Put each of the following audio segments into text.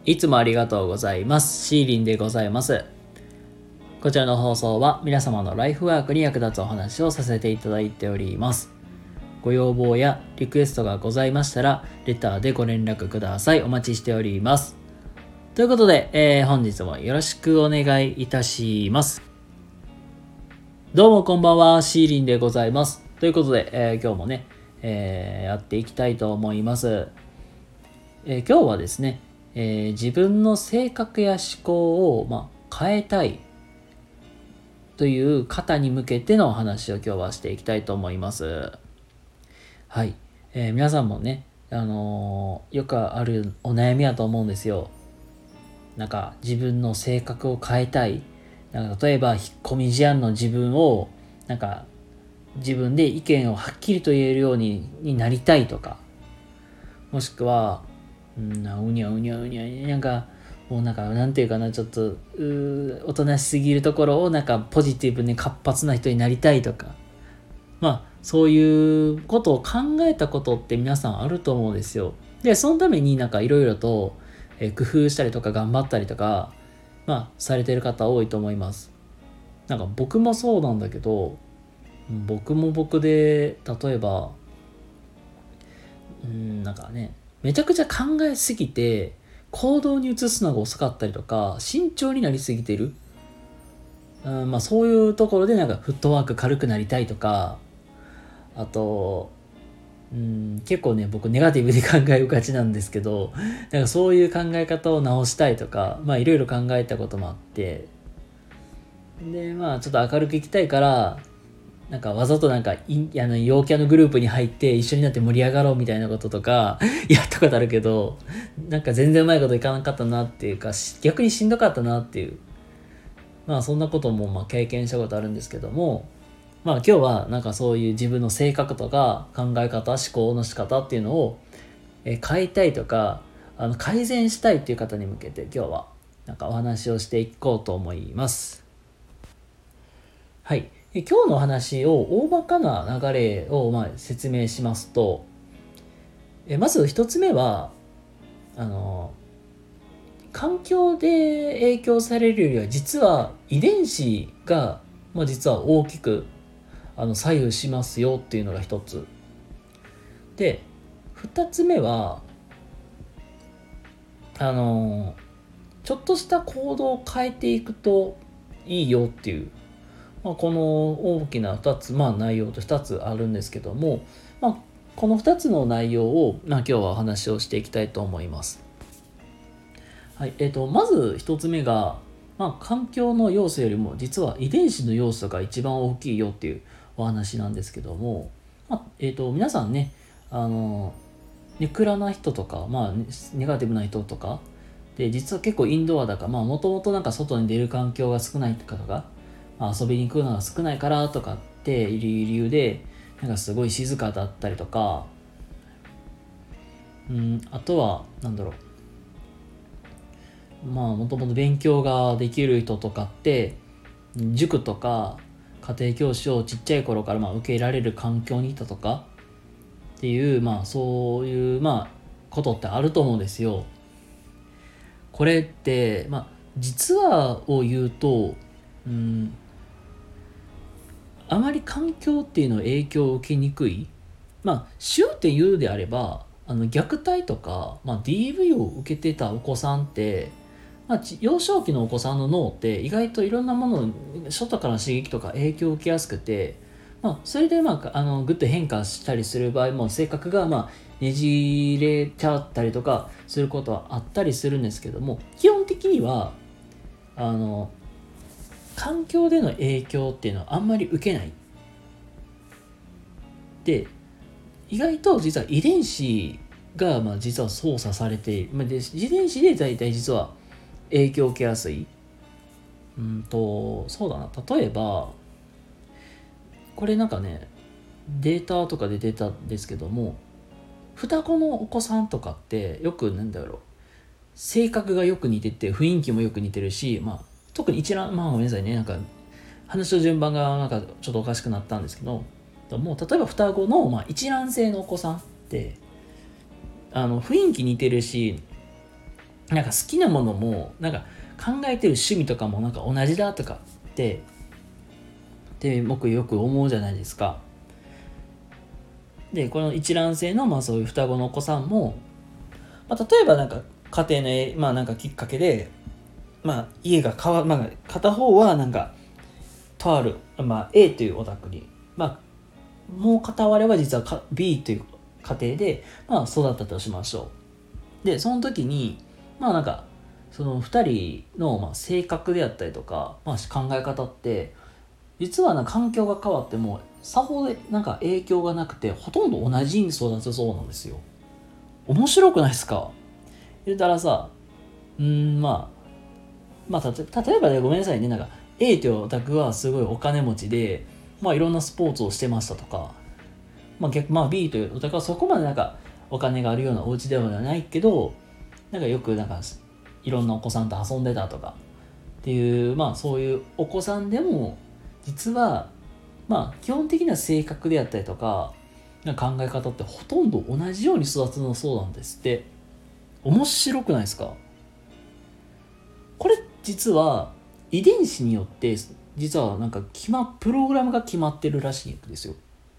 いつもありがとうございます。シーリンでございます。こちらの放送は皆様のライフワークに役立つお話をさせていただいております。ご要望やリクエストがございましたら、レターでご連絡ください。お待ちしております。ということで、本日もよろしくお願いいたします。どうもこんばんは、シーリンでございます。ということで、今日もね、やっていきたいと思います。今日はですね、自分の性格や思考を、変えたいという方に向けてのお話を今日はしていきたいと思います。はい、皆さんもね、よくあるお悩みだと思うんですよ。なんか自分の性格を変えたい。なんか例えば引っ込み思案の自分をなんか自分で意見をはっきりと言えるようになりたいとか、もしくはうにゃうにゃうにゃなんかもうなんていうかな、ちょっとおとなしすぎるところをなんかポジティブに活発な人になりたいとか、そういうことを考えたことって皆さんあると思うんですよ。でそのためになんかいろいろと工夫したりとか頑張ったりとかされてる方多いと思います。なんか僕もそうなんだけど、僕も僕で例えばなんかね、めちゃくちゃ考えすぎて行動に移すのが遅かったりとか、慎重になりすぎてる、そういうところでなんかフットワーク軽くなりたいとか、あと結構ね、僕ネガティブに考えがちなんですけど、なんかそういう考え方を直したいとか、いろいろ考えたこともあって、でちょっと明るくいきたいから、なんかわざとなんか陽キャのグループに入って一緒になって盛り上がろうみたいなこととかやったことあるけど、なんか全然うまいこといかなかったなっていうか、逆にしんどかったなっていう、そんなことも経験したことあるんですけども、今日はなんかそういう自分の性格とか考え方、思考の仕方っていうのを変えたいとか、改善したいっていう方に向けて今日はなんかお話をしていこうと思います。はい。今日の話を大まかな流れを説明しますと、まず一つ目は環境で影響されるよりは実は遺伝子が、実は大きく左右しますよっていうのが一つで、二つ目はちょっとした行動を変えていくといいよっていう、この大きな2つ、内容と2つあるんですけども、この2つの内容を、今日はお話をしていきたいと思います。はい、まず1つ目が、環境の要素よりも実は遺伝子の要素が一番大きいよっていうお話なんですけども、皆さんね、ネクラな人とか、ネガティブな人とかで、実は結構インドアだから、もともとなんか外に出る環境が少ない方が、遊びに行くのが少ないからとかっていう理由でなんかすごい静かだったりとか、あとはもともと勉強ができる人とかって塾とか家庭教師をちっちゃい頃から受けられる環境にいたとかっていう、そういうことってあると思うんですよ。これって、実はを言うと、あまり環境っていうの影響を受けにくい。強いて言うであれば、虐待とか、DV を受けてたお子さんって、幼少期のお子さんの脳って意外といろんなもの、外からの刺激とか影響を受けやすくて、それでグッと変化したりする場合も、性格がねじれちゃったりとかすることはあったりするんですけども、基本的には環境での影響っていうのはあんまり受けない。で、意外と実は遺伝子が実は操作されている。遺伝子で大体実は影響を受けやすい。そうだな。例えば、これなんかね、データとかで出たんですけども、双子のお子さんとかってよく性格がよく似てて雰囲気もよく似てるし、特に一覧、ごめんなさいね、なんか話の順番がちょっとおかしくなったんですけど、もう例えば双子の一卵性のお子さんって雰囲気似てるし、 なんか好きなものもなんか考えてる趣味とかもなんか同じだとかって僕よく思うじゃないですか。でこの一卵性のそういう双子のお子さんも、例えばなんか家庭のなんかきっかけで家が片方はなんかとあるA というお宅にもう片割れは実はB という家庭で育ったとしましょう。でその時になんかその2人の性格であったりとか考え方って実は環境が変わってもさほどなんか影響がなくてほとんど同じに育つそうなんですよ。面白くないですか？言ったらさ例えばね、ごめんなさいね、なんか A というお宅はすごいお金持ちでいろんなスポーツをしてましたとか、B というお宅はそこまでなんかお金があるようなお家ではないけどなんかよくなんかいろんなお子さんと遊んでたとかっていうそういうお子さんでも実は基本的な性格であったりとか考え方ってほとんど同じように育つのそうなんですって。面白くないですか？これ実は遺伝子によって実はなんかプログラムが決まってるらしいんですよ。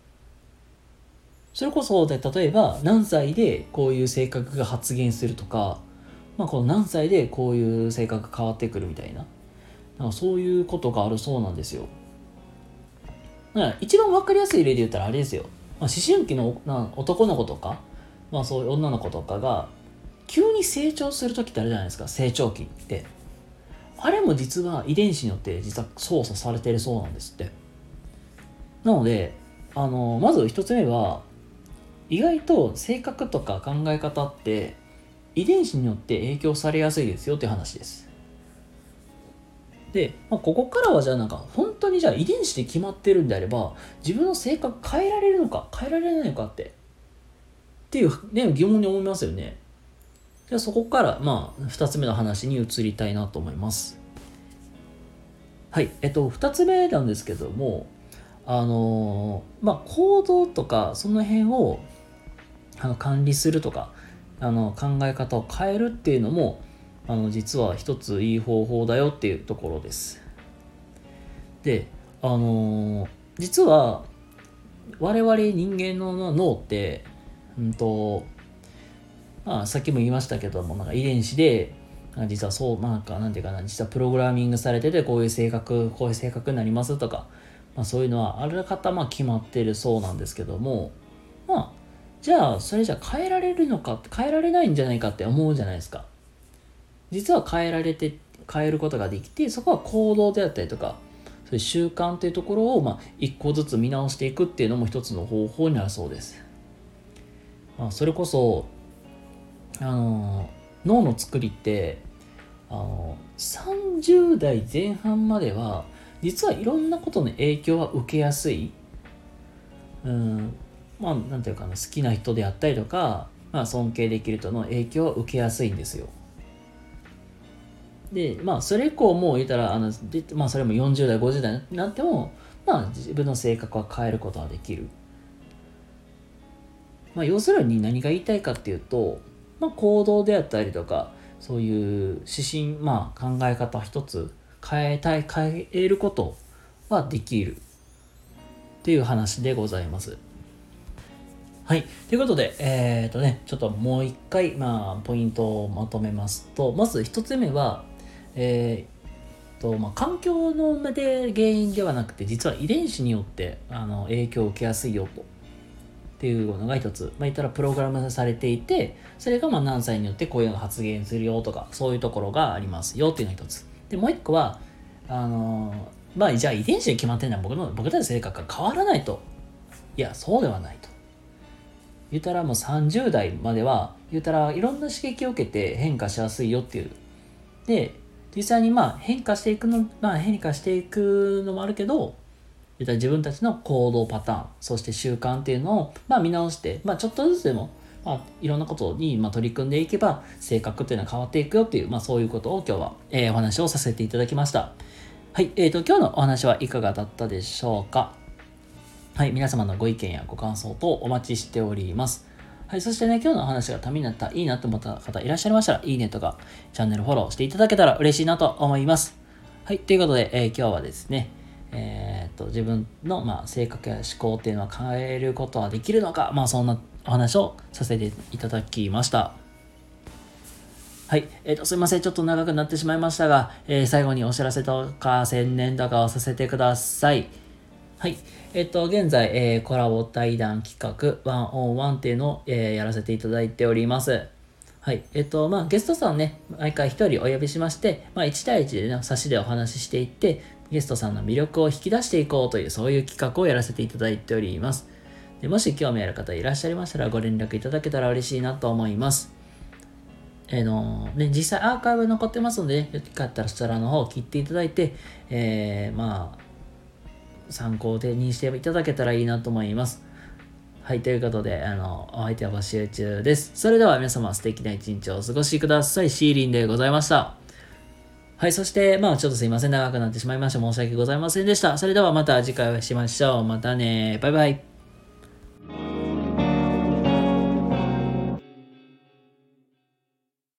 それこそで例えば何歳でこういう性格が発現するとか、この何歳でこういう性格が変わってくるみたいな、なんかそういうことがあるそうなんですよ。だから一番わかりやすい例で言ったらあれですよ。思春期の男の子とか、そういう女の子とかが急に成長する時ってあるじゃないですか、成長期って。あれも実は遺伝子によって実は操作されているそうなんですって。なのでまず一つ目は意外と性格とか考え方って遺伝子によって影響されやすいですよっていう話です。で、ここからはじゃあなんか本当にじゃあ遺伝子で決まってるんであれば自分の性格変えられるのか変えられないのかっていう、ね、疑問に思いますよね。じゃあそこから2つ目の話に移りたいなと思います。はい、2つ目なんですけども行動とかその辺を管理するとか考え方を変えるっていうのも実は一ついい方法だよっていうところです。で実は我々人間の脳ってさっきも言いましたけども遺伝子で実はそうなんていうかな、実はプログラミングされててこういう性格になりますとか、そういうのはあらかた決まってるそうなんですけども、じゃあそれじゃ変えられるのか変えられないんじゃないかって思うじゃないですか。実は変えることができて、そこは行動であったりとかそういう習慣っていうところを一個ずつ見直していくっていうのも一つの方法になるそうです。それこそ脳の作りって30代前半までは実はいろんなことの影響は受けやすい、なんていうかな、好きな人であったりとか、尊敬できる人の影響は受けやすいんですよ。でそれ以降も言ったらそれも40代50代になっても自分の性格は変えることはできる。要するに何が言いたいかっていうと、行動であったりとかそういう指針考え方一つ変えることはできるっていう話でございます。はい。ということで、ちょっともう一回、ポイントをまとめますと、まず一つ目は、環境の原因ではなくて、実は遺伝子によって影響を受けやすいよと。っていうのが一つ。言ったらプログラムされていて、それが何歳によってこういうのが発現するよとか、そういうところがありますよっていうのが一つ。で、もう一個は、じゃあ遺伝子で決まってるのは僕たちの性格が変わらないと。いや、そうではないと。言ったらもう30代までは、言ったらいろんな刺激を受けて変化しやすいよっていう。で、実際に変化していくのもあるけど、自分たちの行動パターン、そして習慣っていうのを見直して、ちょっとずつでもいろんなことに取り組んでいけば性格っていうのは変わっていくよっていう、そういうことを今日は、お話をさせていただきました。はい、今日のお話はいかがだったでしょうか。はい、皆様のご意見やご感想等お待ちしております。 はい、そしてね、今日の話がためになった、いいなと思った方いらっしゃいましたら、いいねとか、チャンネルフォローしていただけたら嬉しいなと思います。はい、ということで、今日はですね、自分の、性格や思考っていうのは変えることはできるのか、そんなお話をさせていただきました。はい、すいません、ちょっと長くなってしまいましたが、最後にお知らせとか宣伝とかをさせてください。はい。現在、コラボ対談企画、1on1っていうのを、やらせていただいております。はい。ゲストさんね、毎回一人お呼びしまして、1対1でね、差しでお話ししていって、ゲストさんの魅力を引き出していこうという、そういう企画をやらせていただいております。でもし興味ある方いらっしゃいましたら、ご連絡いただけたら嬉しいなと思います。実際アーカイブ残ってますので、よかったらそちらの方を切っていただいて、参考にしていただけたらいいなと思います。はい、ということで、お相手は募集中です。それでは皆様素敵な一日をお過ごしください。シーリンでございました。はい、そして、ちょっとすいません。長くなってしまいました。申し訳ございませんでした。それではまた次回お会いしましょう。またね。バイバイ。